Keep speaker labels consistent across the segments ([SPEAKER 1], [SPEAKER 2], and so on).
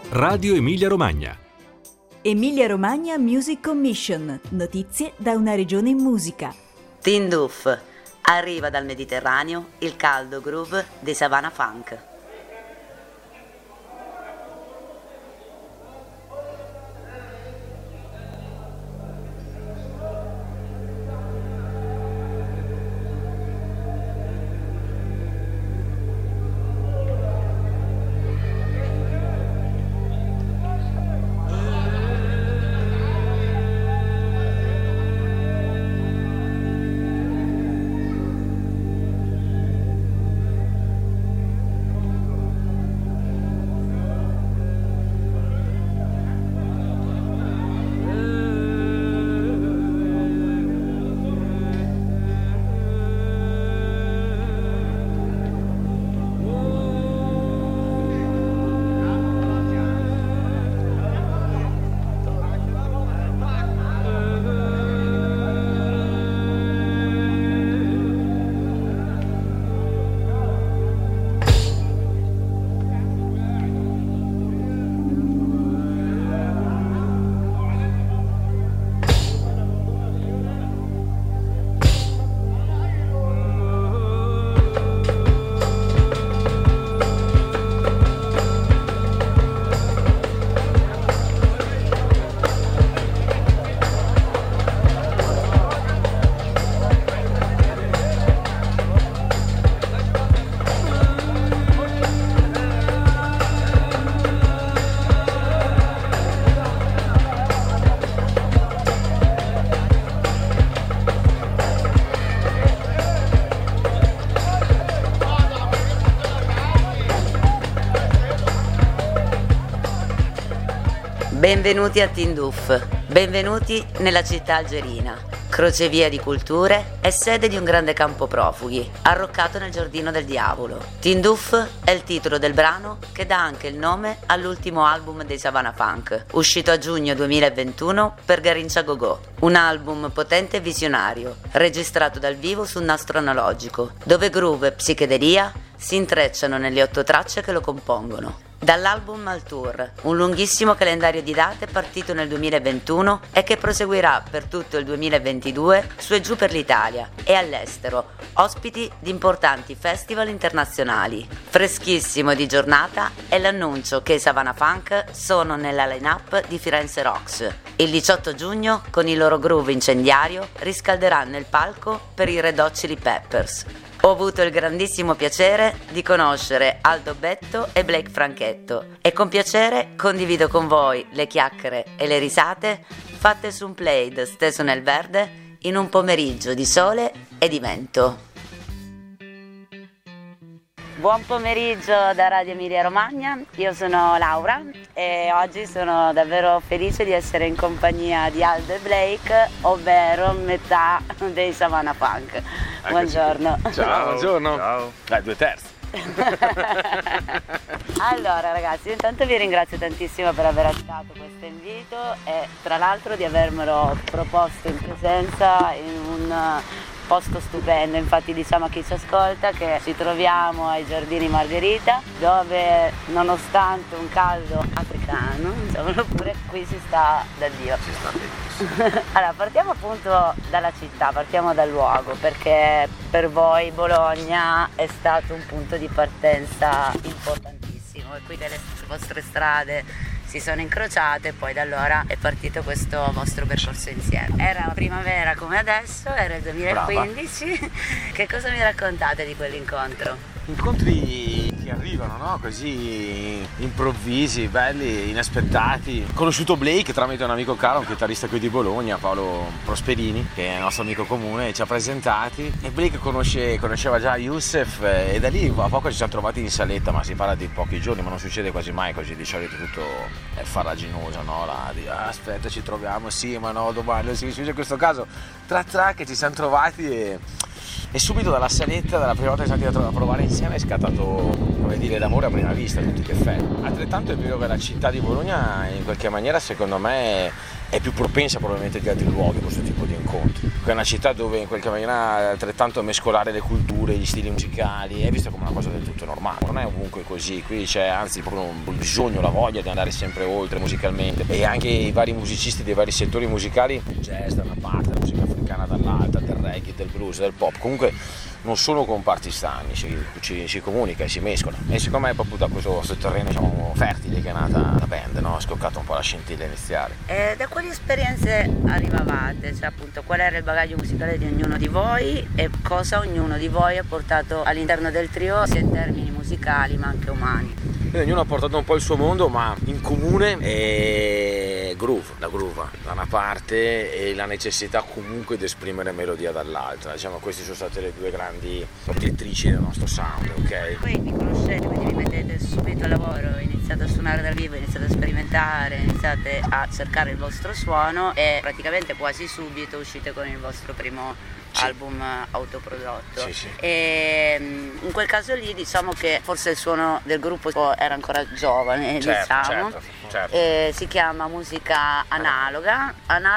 [SPEAKER 1] Radio Emilia Romagna.
[SPEAKER 2] Emilia Romagna Music Commission. Notizie da una regione in musica.
[SPEAKER 3] Tindouf. Arriva dal Mediterraneo il caldo groove dei Savannah Funk. Benvenuti a Tindouf, benvenuti nella città algerina, crocevia di culture e sede di un grande campo profughi, arroccato nel giardino del diavolo. Tindouf è il titolo del brano che dà anche il nome all'ultimo album dei Savannah Funk, uscito a giugno 2021 per Garincha Gogò. Un album potente e visionario, registrato dal vivo su un nastro analogico, dove groove e psichedelia si intrecciano nelle 8 tracce che lo compongono. Dall'album al tour, un lunghissimo calendario di date partito nel 2021 e che proseguirà per tutto il 2022 su e giù per l'Italia e all'estero, ospiti di importanti festival internazionali. Freschissimo di giornata è l'annuncio che i Savannah Funk sono nella line-up di Firenze Rocks. Il 18 giugno, con il loro groove incendiario, riscalderanno il palco per i Red Hot Chili Peppers. Ho avuto il grandissimo piacere di conoscere Aldo Betto e Blake Franchetto e con piacere condivido con voi le chiacchiere e le risate fatte su un plaid steso nel verde in un pomeriggio di sole e di vento. Buon pomeriggio da Radio Emilia Romagna, io sono Laura e oggi sono davvero felice di essere in compagnia di Aldo e Blake, ovvero metà dei Savannah Funk. Buongiorno.
[SPEAKER 4] Ciao, buongiorno.
[SPEAKER 5] Ciao.
[SPEAKER 4] 2/3.
[SPEAKER 3] Allora ragazzi, intanto vi ringrazio tantissimo per aver accettato questo invito e tra l'altro di avermelo proposto in presenza in un posto stupendo. Infatti diciamo a chi ci ascolta che ci troviamo ai Giardini Margherita, dove nonostante un caldo africano, diciamolo pure, qui si sta da Dio.
[SPEAKER 5] Si sta benissimo.
[SPEAKER 3] Allora partiamo appunto dalla città, partiamo dal luogo, perché per voi Bologna è stato un punto di partenza importantissimo e qui delle vostre strade si sono incrociate e poi da allora è partito questo vostro percorso insieme. Era primavera come adesso, era il 2015. Brava. Che cosa mi raccontate di quell'incontro?
[SPEAKER 4] Incontri che arrivano, no? Così improvvisi, belli, inaspettati. Ho conosciuto Blake tramite un amico caro, un chitarrista qui di Bologna, Paolo Prosperini, che è il nostro amico comune, ci ha presentati e Blake conosceva già Youssef e da lì a poco ci siamo trovati in saletta, ma si parla di pochi giorni, ma non succede quasi mai così, di solito tutto è farraginoso, no? Aspetta, ci troviamo, sì, ma no, domani non si in questo caso tra che ci siamo trovati e subito dalla saletta, dalla prima volta che siamo andati a provare insieme, è scattato, come dire, l'amore a prima vista a tutti gli effetti. Altrettanto è vero che la città di Bologna in qualche maniera secondo me è più propensa probabilmente di altri luoghi a questo tipo di incontri. che è una città dove in qualche maniera altrettanto mescolare le culture, gli stili musicali è vista come una cosa del tutto normale, non è ovunque così, qui c'è anzi proprio un bisogno, la voglia di andare sempre oltre musicalmente, e anche i vari musicisti dei vari settori musicali, jazz da una parte, la musica africana dall'altra, del reggae, del blues, del pop, comunque non sono comparti stagni, si comunica e si mescola, e secondo me è proprio da questo terreno, diciamo, fertile che è nata la band, no? È scoccata un po' la scintilla iniziale.
[SPEAKER 3] E da quali esperienze arrivavate? Cioè appunto qual era il bagaglio musicale di ognuno di voi e cosa ognuno di voi ha portato all'interno del trio, sia in termini musicali ma anche umani?
[SPEAKER 4] Quindi ognuno ha portato un po' il suo mondo, ma in comune è la groove da una parte e la necessità comunque di esprimere melodia dall'altra. Diciamo queste sono state le due grandi direttrici del nostro sound, ok?
[SPEAKER 3] Voi vi conoscete, quindi vi mettete subito al lavoro, iniziate a suonare dal vivo, iniziate a sperimentare, iniziate a cercare il vostro suono e praticamente quasi subito uscite con il vostro primo album autoprodotto.
[SPEAKER 4] Sì.
[SPEAKER 3] E in quel caso lì diciamo che forse il suono del gruppo era ancora giovane, diciamo.
[SPEAKER 4] Certo.
[SPEAKER 3] E si chiama musica analoga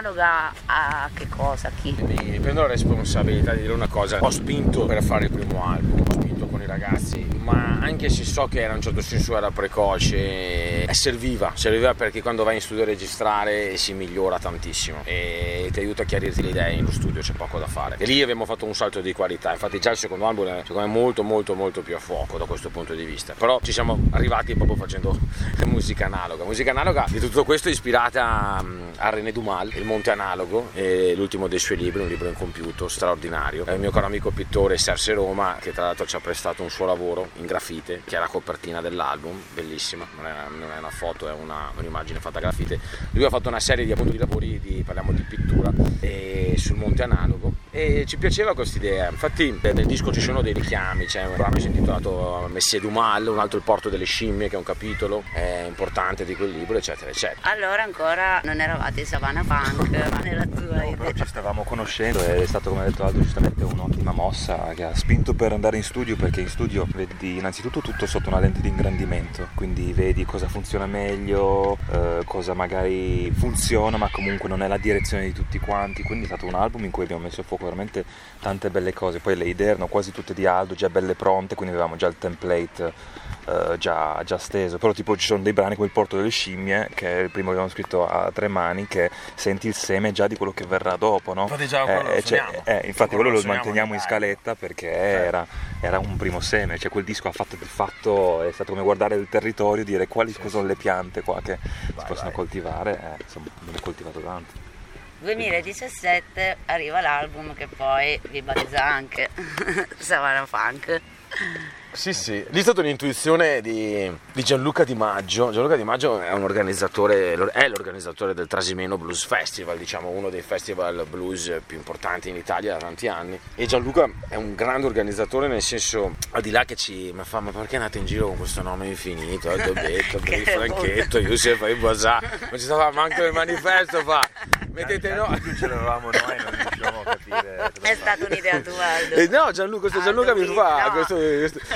[SPEAKER 3] a che cosa? Chi?
[SPEAKER 4] Mi prendo la responsabilità di dire una cosa: ho spinto per fare il primo album, ho spinto con i ragazzi, ma anche se so che in un certo senso era precoce, serviva perché quando vai in studio a registrare si migliora tantissimo e ti aiuta a chiarirti le idee in studio, c'è poco da fare. E lì abbiamo fatto un salto di qualità, infatti già il secondo album è secondo me molto più a fuoco da questo punto di vista, però ci siamo arrivati proprio facendo musica analoga. Di tutto questo è ispirata a René Dumal, Il Monte Analogo, e l'ultimo dei suoi libri, un libro incompiuto straordinario. È il mio caro amico pittore Serse Roma, che tra l'altro ci ha prestato un suo lavoro in grafite, che è la copertina dell'album, bellissima, non è una foto, è un'immagine fatta a grafite. Lui ha fatto una serie di lavori parliamo di pittura sul Monte Analogo, e ci piaceva questa idea. Infatti nel disco ci sono dei richiami, c'è un brano intitolato Messie Dumal, un altro Il Porto delle Scimmie, che è un capitolo importante di quel libro, eccetera.
[SPEAKER 3] Allora ancora non eravate i Savannah Funk, ma nella tua idea.
[SPEAKER 1] Però ci stavamo conoscendo ed è stato, come ha detto Aldo giustamente, un'ottima mossa che ha spinto per andare in studio, perché in studio vedi innanzitutto tutto sotto una lente di ingrandimento, quindi vedi cosa funziona meglio, cosa magari funziona ma comunque non è la direzione di tutti quanti, quindi è stato un album in cui abbiamo messo a fuoco veramente tante belle cose. Poi le idee erano quasi tutte di Aldo, già belle pronte, quindi avevamo già il template già steso, però tipo ci sono dei brani come Il Porto delle Scimmie, che è il primo che abbiamo scritto a tre mani, che senti il seme già di quello che verrà dopo, no?
[SPEAKER 4] Infatti già quello
[SPEAKER 1] infatti quello lo manteniamo in scaletta perché era un primo seme, cioè quel disco ha fatto del fatto, è stato come guardare il territorio, dire quali sono le piante qua che si possono coltivare, insomma abbiamo coltivato tanto.
[SPEAKER 3] 2017 arriva l'album che poi vi battezza anche Savannah Funk.
[SPEAKER 4] Sì, lì è stata un'intuizione di Gianluca Di Maggio. Gianluca Di Maggio è l'organizzatore del Trasimeno Blues Festival, diciamo uno dei festival blues più importanti in Italia da tanti anni, e Gianluca è un grande organizzatore, nel senso, al di là che ma perché andate in giro con questo nome infinito, il Dobetto, il Franchetto, Youssef e Bazà, non ci stava manco il manifesto, mettete no,
[SPEAKER 1] ce l'avevamo noi, non riuscivamo a capire.
[SPEAKER 3] È stata un'idea tua, Aldo?
[SPEAKER 4] No, Gianluca mi fa questo.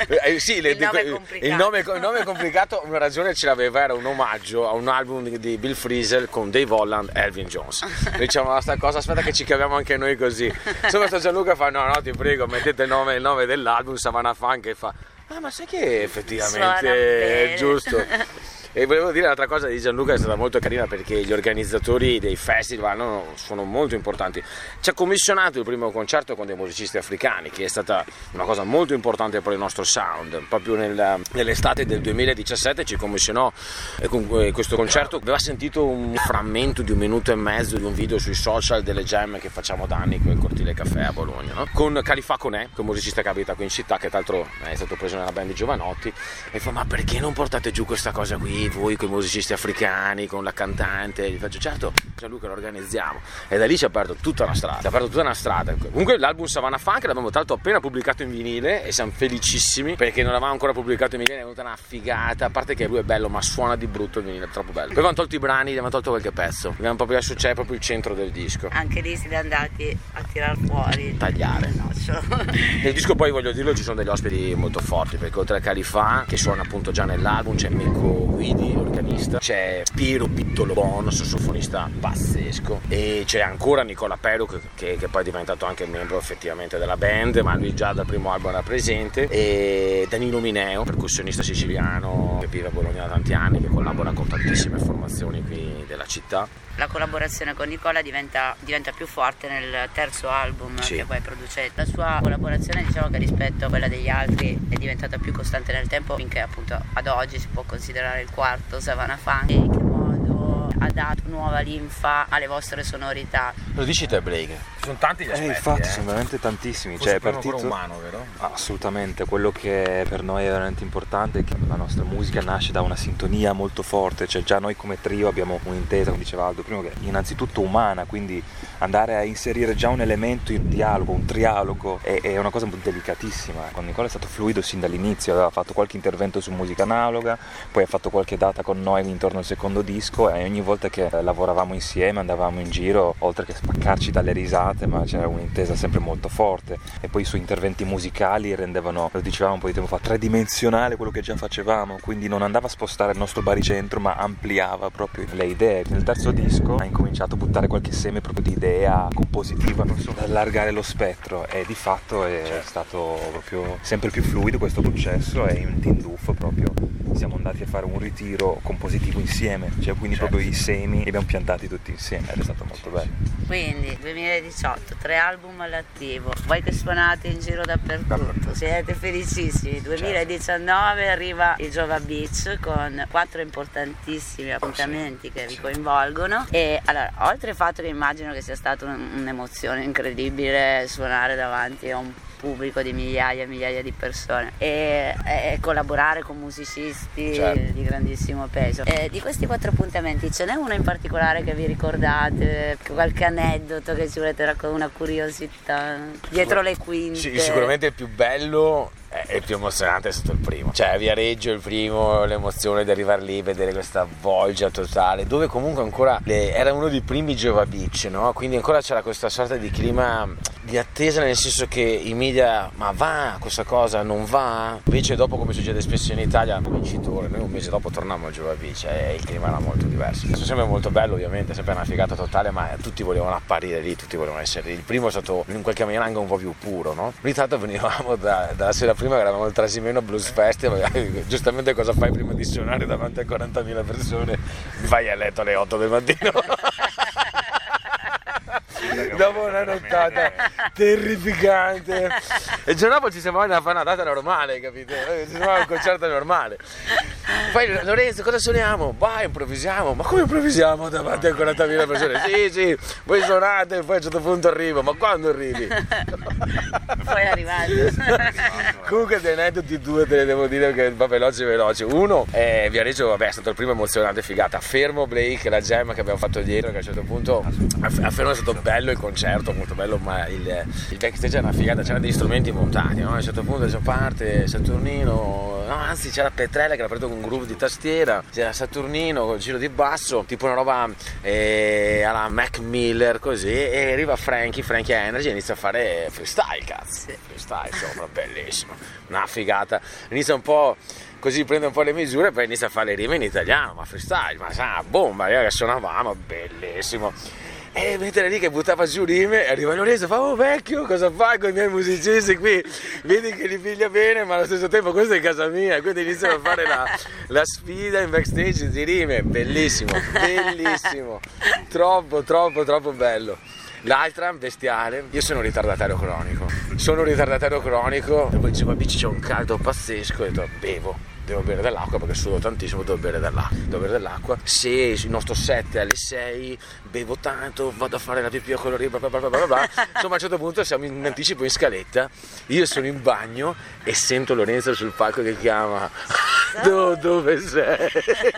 [SPEAKER 4] Il nome è complicato, una ragione ce l'aveva, era un omaggio a un album di Bill Frisell con Dave Holland e Elvin Jones. Noi diciamo questa cosa, aspetta che ci capiamo anche noi così. Insomma, sto Gianluca fa no ti prego, mettete il nome dell'album Savannah Funk, e fa ma sai che effettivamente è giusto. E volevo dire un'altra cosa di Gianluca, è stata molto carina, perché gli organizzatori dei festival sono molto importanti. Ci ha commissionato il primo concerto con dei musicisti africani, che è stata una cosa molto importante per il nostro sound. Proprio nell'estate del 2017 ci commissionò questo concerto. Aveva sentito un frammento di 1 minuto e mezzo di un video sui social delle jam che facciamo da anni con il Cortile Caffè a Bologna, no? Con Khalifa Conè, che è un musicista che abita qui in città, che tra l'altro è stato preso nella band di Giovanotti, e fa ma perché non portate giù questa cosa qui voi con i musicisti africani, con la cantante? Gli faccio certo, Gianluca, lo organizziamo, e da lì ci ha aperto tutta una strada. Comunque l'album Savannah Funk l'abbiamo tanto appena pubblicato in vinile e siamo felicissimi perché non l'avevamo ancora pubblicato in vinile, è venuta una figata, a parte che lui è bello ma suona di brutto il vinile, è troppo bello. Poi avevamo tolto i brani, abbiamo tolto qualche pezzo, abbiamo proprio adesso c'è proprio il centro del disco.
[SPEAKER 3] Anche lì siete andati a tirar fuori,
[SPEAKER 4] tagliare. Nel disco poi, voglio dirlo, ci sono degli ospiti molto forti, perché oltre a Khalifa, che suona appunto già nell'album, c'è Mirko Guidi, l'organista, c'è Piero Pittolo Bono, sassofonista pazzesco. E c'è ancora Nicola Peruc che poi è diventato anche membro effettivamente della band, ma lui già dal primo album era presente, e Danilo Mineo, percussionista siciliano che vive a Bologna da tanti anni, che collabora con tantissime formazioni qui della città.
[SPEAKER 3] La collaborazione con Nicola diventa più forte nel terzo album che poi producete. La sua collaborazione, diciamo che rispetto a quella degli altri, è diventata più costante nel tempo, finché appunto ad oggi si può considerare il quarto Savannah Funk. E in che modo ha dato nuova linfa alle vostre sonorità?
[SPEAKER 4] Lo dici te, Blake? Sono tanti gli aspetti.
[SPEAKER 1] Infatti sono veramente tantissimi.
[SPEAKER 4] Forse
[SPEAKER 1] è partito
[SPEAKER 4] umano, vero?
[SPEAKER 1] Assolutamente, quello che per noi è veramente importante è che la nostra musica nasce da una sintonia molto forte, cioè già noi come trio abbiamo un'intesa, come diceva Aldo prima, che è innanzitutto umana, quindi andare a inserire già un elemento in dialogo, un trialogo è una cosa delicatissima. Con Nicola è stato fluido sin dall'inizio, aveva fatto qualche intervento su musica analoga, poi ha fatto qualche data con noi intorno al secondo disco, e ogni volta che lavoravamo insieme andavamo in giro, oltre che spaccarci dalle risate, ma c'era un'intesa sempre molto forte, e poi i suoi interventi musicali rendevano, lo dicevamo un po' di tempo fa, tridimensionale quello che già facevamo, quindi non andava a spostare il nostro baricentro ma ampliava proprio le idee. Nel terzo disco ha incominciato a buttare qualche seme proprio di idea compositiva, per allargare lo spettro, e di fatto è stato proprio sempre più fluido questo processo, e in Tindouf proprio siamo andati a fare un ritiro compositivo insieme, cioè quindi proprio i semi li abbiamo piantati tutti insieme, ed è stato molto bello.
[SPEAKER 3] Quindi 2018, 3 album all'attivo, voi che suonate in giro dappertutto, siete felicissimi. 2019 arriva il Jova Beach con 4 importantissimi appuntamenti che vi coinvolgono, e allora, oltre al fatto che immagino che sia stata un'emozione incredibile suonare davanti a un pubblico di migliaia e migliaia di persone e collaborare con musicisti di grandissimo peso. Di questi 4 appuntamenti ce n'è uno in particolare che vi ricordate, qualche aneddoto che ci volete raccontare, una curiosità dietro le quinte?
[SPEAKER 4] Sì, sicuramente il più bello e il più emozionante è stato il primo, cioè Viareggio il primo, l'emozione di arrivare lì, vedere questa volgia totale, dove comunque ancora era uno dei primi Jova Beach, no? Quindi ancora c'era questa sorta di clima di attesa, nel senso che i media, ma va questa cosa, non va? Invece dopo, come succede spesso in Italia, vincitore, noi un mese dopo tornammo al Jova Beach e il clima era molto diverso. È sempre molto bello, ovviamente, sempre una figata totale, ma tutti volevano apparire lì, tutti volevano essere lì. Il primo è stato in qualche maniera anche un po' più puro, no? Noi tanto venivamo dalla sera prima che eravamo al Trasimeno Blues Festival, giustamente cosa fai prima di suonare davanti a 40.000 persone? Vai a letto alle 8 del mattino. Dopo una nottata terrificante, e il giorno dopo ci sembrava a fare una data normale, capito? Ci sembrava un concerto normale. Poi Lorenzo, cosa suoniamo? Vai, improvvisiamo. Ma come improvvisiamo davanti a 40.000 persone? Sì, voi suonate, poi a un certo punto arrivo. Ma quando arrivi?
[SPEAKER 3] Poi è arrivato.
[SPEAKER 4] Comunque dei aneddoti 2 te ne devo dire, che va veloci. Uno è Viareggio, vabbè, è stato il primo emozionante, figata. Fermo Blake, la jam che abbiamo fatto dietro, che a un certo punto a Fermo è stato bello il concerto, molto bello, ma il backstage era una figata, c'erano degli strumenti montati, no? A un certo punto parte Saturnino, no, anzi c'era Petrella che era partito con un groove di tastiera, c'era Saturnino con il giro di basso, tipo una roba alla Mac Miller così, e arriva Frankie Energy e inizia a fare freestyle, cazzo, freestyle, insomma, bellissimo, una figata, inizia un po' così, prende un po' le misure, poi inizia a fare le rime in italiano, ma freestyle, ma sa, bomba, che suonavamo, bellissimo. E mentre lì che buttava giù rime, arriva Lorenzo, fa: oh vecchio, cosa fai con i miei musicisti qui? Vedi che li piglia bene, ma allo stesso tempo questa è casa mia. Quindi iniziano a fare la sfida in backstage di rime, bellissimo, troppo bello. L'altra, bestiale, io sono un ritardatario cronico, e poi Jova Beach c'è un caldo pazzesco, e ho detto, devo bere dell'acqua perché sudo tantissimo, devo bere dell'acqua. Se il nostro set è alle 6, bevo tanto, vado a fare la pipì a colori, bla bla bla bla bla. Insomma, a un certo punto siamo in anticipo in scaletta, io sono in bagno e sento Lorenzo sul palco che chiama: dove sei?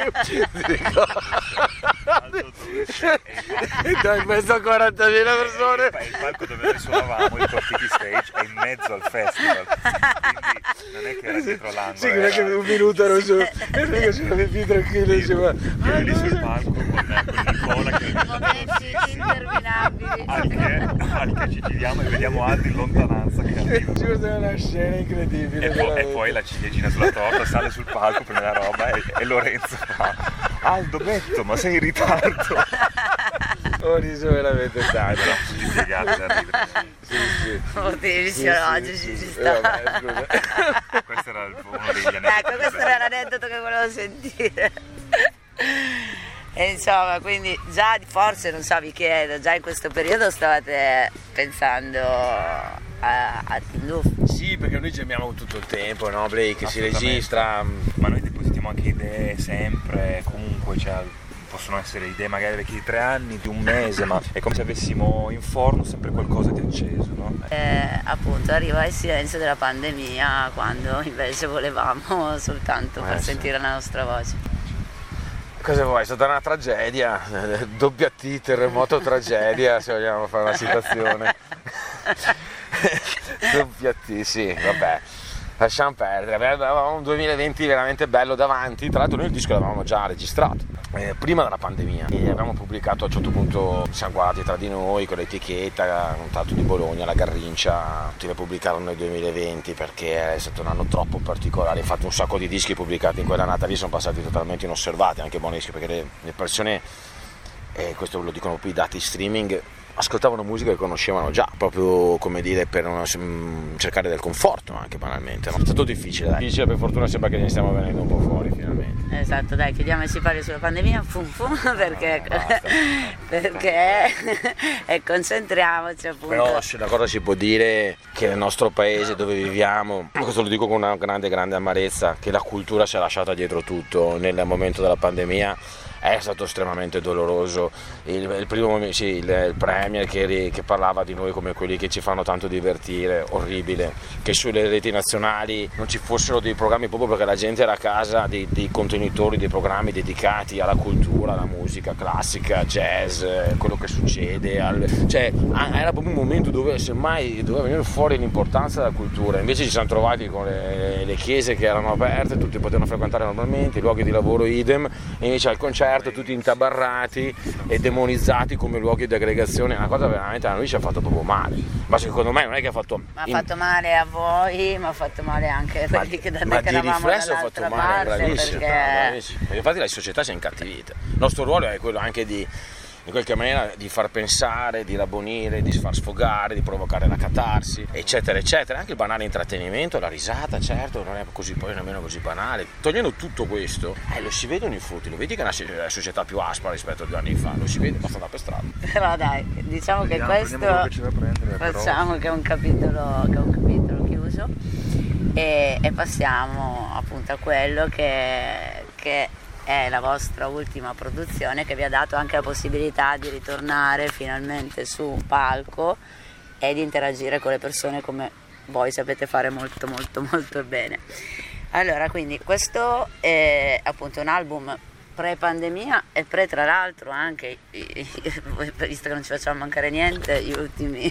[SPEAKER 4] In mezzo a 40.000 persone.
[SPEAKER 1] Il palco dove noi suonavamo, il Cortiki Stage, è in mezzo al festival, quindi non è che era dietro l'angolo.
[SPEAKER 4] Sì, non è che un minuto ero su, e lui c'era più tranquillo, diceva:
[SPEAKER 1] lì sul palco con Nicola che
[SPEAKER 3] momenti interminabili,
[SPEAKER 1] al che ci giriamo e vediamo Aldo in lontananza che arriva.
[SPEAKER 4] Giusto, è una scena incredibile.
[SPEAKER 1] E poi la ciliegina sulla torta, sale sul palco, prende la roba e Lorenzo fa: Aldo, Betto, ma sei in ritardo.
[SPEAKER 4] Ho riso veramente tanto.
[SPEAKER 3] Sì. Motivi fisiologici ci sta.
[SPEAKER 1] Questo era uno degli aneddoti.
[SPEAKER 3] Ecco, questo era l'aneddoto che volevo sentire. E insomma, quindi già forse, non so, vi chiedo, già in questo periodo stavate pensando a Tinduff?
[SPEAKER 4] Sì, perché noi gemiamo tutto il tempo, no Blake? Si registra.
[SPEAKER 1] Ma noi depositiamo anche idee sempre, comunque, cioè, possono essere idee magari vecchie di 3 anni, di un mese, ma è come se avessimo in forno sempre qualcosa di acceso, no?
[SPEAKER 3] Appunto arriva il silenzio della pandemia, quando invece volevamo soltanto far sentire la nostra voce.
[SPEAKER 4] Cosa vuoi? È stata una tragedia, doppia T, terremoto, tragedia, se vogliamo fare una citazione. Doppia T, sì, vabbè. Lasciamo perdere, avevamo un 2020 veramente bello davanti, tra l'altro noi il disco l'avevamo già registrato prima della pandemia e avevamo pubblicato a un certo punto, ci siamo guardati tra di noi con l'etichetta, un tanto di Bologna, la Garrincia, tutti le pubblicarono nel 2020 perché è stato un anno troppo particolare, infatti un sacco di dischi pubblicati in quella annata lì sono passati totalmente inosservati, anche buoni dischi perché le persone, questo lo dicono poi i dati streaming, ascoltavano musica che conoscevano già, proprio come dire per cercare del conforto anche banalmente, no? È stato difficile, dai. Difficile, per fortà sembra che ne stiamo venendo un po' fuori finalmente.
[SPEAKER 3] Esatto, dai, chiudiamo i sipari sulla pandemia, perché e concentriamoci appunto.
[SPEAKER 4] Però la cosa si può dire che nel nostro paese dove viviamo, questo lo dico con una grande amarezza, che la cultura si è lasciata dietro tutto nel momento della pandemia. È stato estremamente doloroso il primo momento, sì, il premier che parlava di noi come quelli che ci fanno tanto divertire, orribile, che sulle reti nazionali non ci fossero dei programmi proprio perché la gente era a casa, dei contenitori, dei programmi dedicati alla cultura, alla musica classica, jazz, quello che succede, cioè era proprio un momento dove semmai doveva venire fuori l'importanza della cultura, invece ci siamo trovati con le chiese che erano aperte, tutti potevano frequentare normalmente, i luoghi di lavoro idem, e invece al concerto tutti intabarrati e demonizzati come luoghi di aggregazione, è una cosa veramente a noi ci ha fatto proprio male, ma secondo me non è che ha fatto
[SPEAKER 3] fatto male a voi, ma ha fatto male anche a quelli che eravamo dall'altra parte,
[SPEAKER 4] bravissimo, bravissimo. Infatti la società si è incattivita, il nostro ruolo è quello anche di in qualche maniera di far pensare, di rabbonire, di far sfogare, di provocare la catarsi, eccetera eccetera, anche il banale intrattenimento, la risata, certo, non è così poi nemmeno così banale. Togliendo tutto questo, lo si vedono i frutti, lo vedi che è una società più aspra rispetto a 2 anni fa, lo si vede passando per strada.
[SPEAKER 3] Però dai, diciamo che questo facciamo che è un capitolo chiuso e passiamo appunto a quello che è la vostra ultima produzione, che vi ha dato anche la possibilità di ritornare finalmente su un palco e di interagire con le persone come voi sapete fare molto molto molto bene. Allora, quindi questo è appunto un album pre-pandemia e tra l'altro anche, visto che non ci facciamo mancare niente, gli ultimi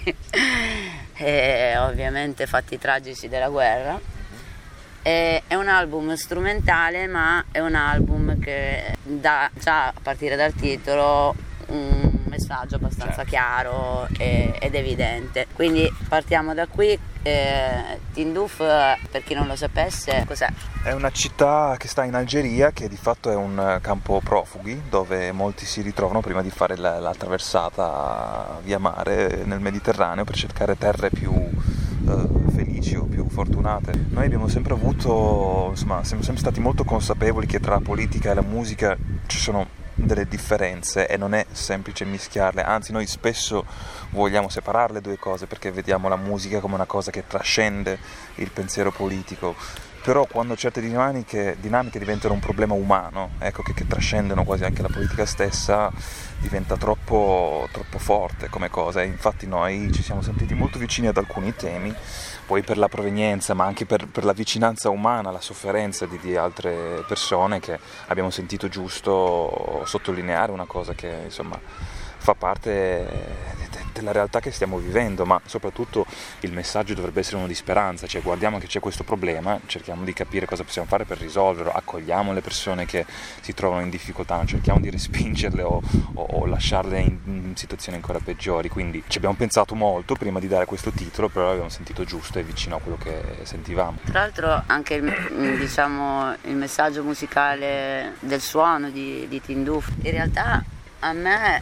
[SPEAKER 3] ovviamente fatti tragici della guerra. È un album strumentale, ma è un album che dà già a partire dal titolo un messaggio abbastanza chiaro ed evidente. Quindi partiamo da qui. Tinduff, per chi non lo sapesse, cos'è?
[SPEAKER 1] È una città che sta in Algeria, che di fatto è un campo profughi dove molti si ritrovano prima di fare la traversata via mare nel Mediterraneo per cercare terre più felici o più fortunate. Noi abbiamo sempre avuto, insomma, siamo sempre stati molto consapevoli che tra la politica e la musica ci sono delle differenze e non è semplice mischiarle, anzi noi spesso vogliamo separare le due cose perché vediamo la musica come una cosa che trascende il pensiero politico, però quando certe dinamiche diventano un problema umano, ecco, che trascendono quasi anche la politica stessa, diventa troppo forte come cosa, e infatti noi ci siamo sentiti molto vicini ad alcuni temi, poi per la provenienza ma anche per la vicinanza umana, la sofferenza di altre persone, che abbiamo sentito giusto sottolineare una cosa che insomma fa parte della realtà che stiamo vivendo, ma soprattutto il messaggio dovrebbe essere uno di speranza, cioè guardiamo che c'è questo problema, cerchiamo di capire cosa possiamo fare per risolverlo, accogliamo le persone che si trovano in difficoltà, non cerchiamo di respingerle o lasciarle in situazioni ancora peggiori, quindi ci abbiamo pensato molto prima di dare questo titolo, però l'abbiamo sentito giusto e vicino a quello che sentivamo.
[SPEAKER 3] Tra l'altro anche il messaggio musicale del suono di Tinduff in realtà a me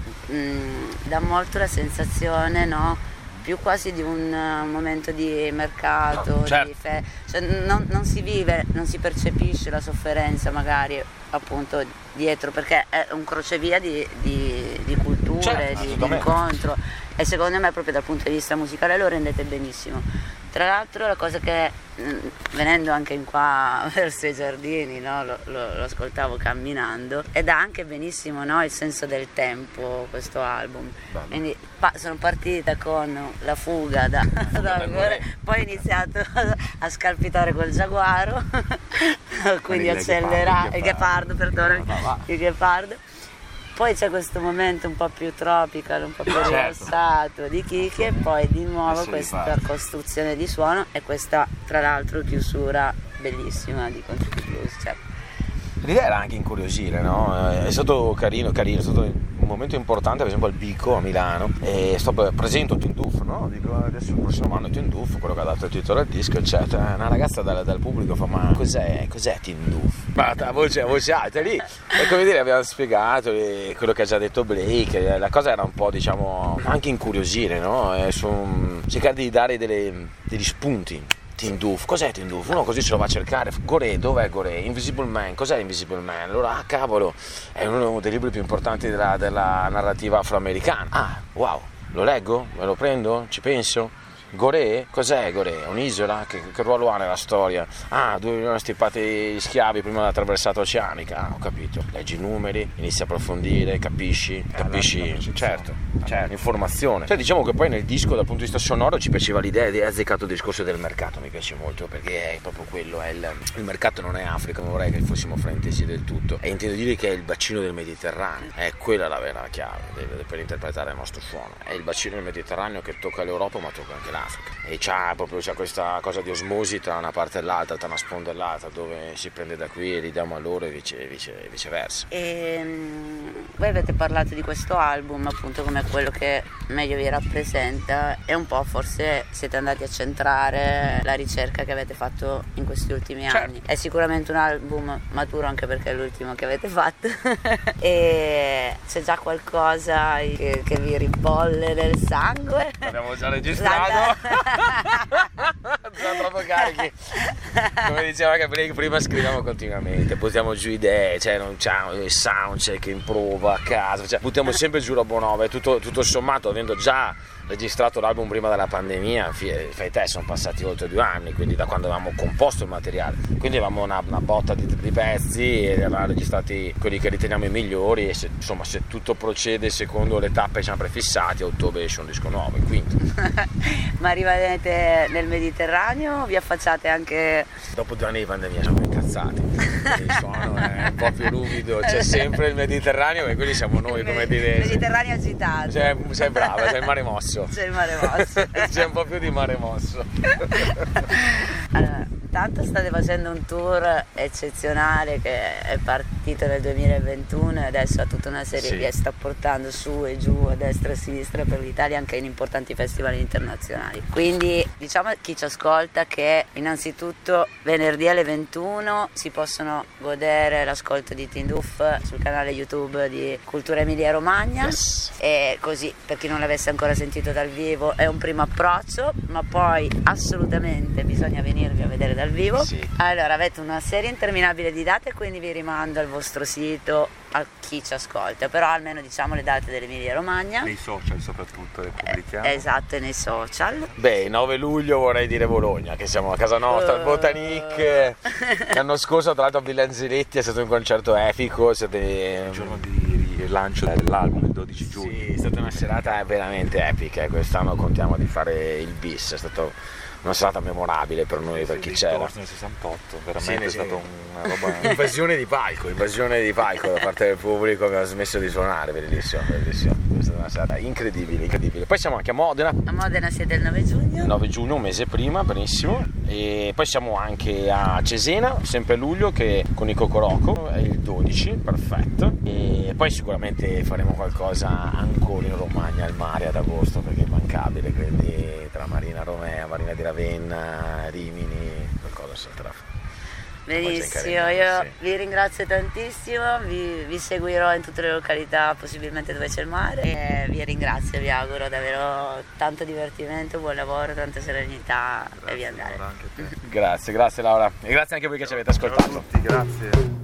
[SPEAKER 3] dà molto la sensazione, no? Più quasi di un momento di mercato,
[SPEAKER 4] certo.
[SPEAKER 3] Cioè non si vive, non si percepisce la sofferenza magari appunto dietro, perché è un crocevia di culture,
[SPEAKER 4] certo,
[SPEAKER 3] di incontro, e secondo me proprio dal punto di vista musicale lo rendete benissimo. Tra l'altro la cosa che, venendo anche in qua verso i giardini, no? lo ascoltavo camminando, ed ha anche benissimo, no? Il senso del tempo questo album.
[SPEAKER 4] Bello.
[SPEAKER 3] Quindi sono partita con la fuga da poi ho iniziato a scalpitare col giaguaro, quindi accelerare, il ghepardo, perdonami, il ghepardo. Poi c'è questo momento un po' più tropical, un po' più rilassato di Kiki, e poi di nuovo questa costruzione di suono e questa, tra l'altro, chiusura bellissima di Concerti Blues. Cioè.
[SPEAKER 4] L'idea era anche incuriosire, no? È stato carino, è stato un momento importante, per esempio al Bico a Milano, e presento Tindouf, no? Dico adesso il prossimo anno è Tindouf, quello che ha dato il titolo al disco, eccetera. Una ragazza dal pubblico fa: ma cos'è Tindouf? Ma a voce alta lì, e come dire, abbiamo spiegato quello che ha già detto Blake. La cosa era un po', diciamo, anche incuriosire, no? Cercare di dare degli spunti. Tindouf, cos'è Tindouf? Uno così se lo va a cercare. Gorée, dov'è Gorée? Invisible Man, cos'è Invisible Man? Allora, cavolo, è uno dei libri più importanti della narrativa afroamericana. Wow, lo leggo? Me lo prendo? Ci penso? Gorée? Cos'è Gorée? Un'isola? Che ruolo ha nella storia? 2 milioni stipati gli schiavi prima della traversata oceanica. Ho capito. Leggi i numeri, inizi a approfondire, capisci, certo, informazione. Cioè, diciamo che poi nel disco, dal punto di vista sonoro, ci piaceva l'idea di azzeccato il discorso del mercato, mi piace molto, perché è proprio quello, il mercato non è Africa, non vorrei che fossimo fraintesi del tutto, e intendo dire che è il bacino del Mediterraneo, è quella la vera chiave per interpretare il nostro suono, è il bacino del Mediterraneo che tocca l'Europa ma tocca anche l'Africa, e c'ha questa cosa di osmosi tra una parte e l'altra, tra una sponda e l'altra, dove si prende da qui e ridiamo a loro e viceversa.
[SPEAKER 3] Voi avete parlato di questo album appunto come quello che meglio vi rappresenta, e un po' forse siete andati a centrare la ricerca che avete fatto in questi ultimi anni. È sicuramente un album maturo, anche perché è l'ultimo che avete fatto e c'è già qualcosa che vi ribolle nel sangue.
[SPEAKER 4] Abbiamo già registrato. Siamo troppo carichi. Come diceva anche Blake prima, scriviamo continuamente, buttiamo giù idee, cioè non c'è il soundcheck in prova a casa, cioè buttiamo sempre giù roba nuova, e tutto sommato, avendo già registrato l'album prima della pandemia, fai te, sono passati oltre 2 anni, quindi da quando avevamo composto il materiale, quindi avevamo una botta di pezzi e avevamo registrati quelli che riteniamo i migliori, e se tutto procede secondo le tappe che ci hanno prefissati, a ottobre esce un disco nuovo, il quinto.
[SPEAKER 3] Ma rimanete nel Mediterraneo, vi affacciate anche...
[SPEAKER 4] Dopo 2 anni di pandemia siamo incazzati, il suono è un po' più ruvido, c'è sempre il Mediterraneo, e quelli siamo noi, come dire...
[SPEAKER 3] Il Mediterraneo agitato.
[SPEAKER 4] Sei brava, c'è il mare mosso.
[SPEAKER 3] C'è il mare mosso.
[SPEAKER 4] C'è un po' più di mare mosso.
[SPEAKER 3] Allora, intanto state facendo un tour eccezionale che è partito nel 2021 e adesso ha tutta una serie che sta portando su e giù, a destra e a sinistra per l'Italia, anche in importanti festival internazionali. Quindi diciamo a chi ci ascolta che innanzitutto venerdì alle 21 si possono godere l'ascolto di Tindouf sul canale YouTube di Cultura Emilia Romagna, e così per chi non l'avesse ancora sentito dal vivo è un primo approccio, ma poi assolutamente bisogna venirvi a vedere dal vivo. Allora avete una serie interminabile di date, quindi vi rimando al vostro sito, a chi ci ascolta, però almeno diciamo le date dell'Emilia Romagna,
[SPEAKER 1] nei social soprattutto le pubblichiamo.
[SPEAKER 3] Esatto, nei social.
[SPEAKER 4] 9 luglio vorrei dire Bologna, che siamo a casa nostra, al Botanique. L'anno scorso tra l'altro a Villa Anziletti è stato un concerto epico, il
[SPEAKER 1] giorno di lancio dell'album, il 12 giugno.
[SPEAKER 4] Sì, è stata una serata veramente epica, quest'anno contiamo di fare il bis, è stato una serata memorabile per noi, per chi c'era.
[SPEAKER 1] Nel 68, veramente è stata una roba...
[SPEAKER 4] invasione di palco da parte del pubblico, abbiamo smesso di suonare, bellissimo. È stata una serata incredibile. Poi siamo anche a Modena.
[SPEAKER 3] A Modena siete il 9 giugno?
[SPEAKER 4] 9 giugno, un mese prima, benissimo. E poi siamo anche a Cesena, sempre a luglio, che con i Cocoroco, è il 12, perfetto. E poi sicuramente faremo qualcosa ancora in Romagna, al mare, ad agosto, perché è immancabile, quindi tra Marina Romea, Marina di Ravenna, Rimini, qualcosa si tratta.
[SPEAKER 3] Benissimo, io vi ringrazio tantissimo, vi seguirò in tutte le località possibilmente dove c'è il mare e vi ringrazio, vi auguro davvero tanto divertimento, buon lavoro, tanta serenità e via andare.
[SPEAKER 4] Grazie Laura e grazie anche a voi che ci avete ascoltato.
[SPEAKER 1] Ciao a tutti, grazie.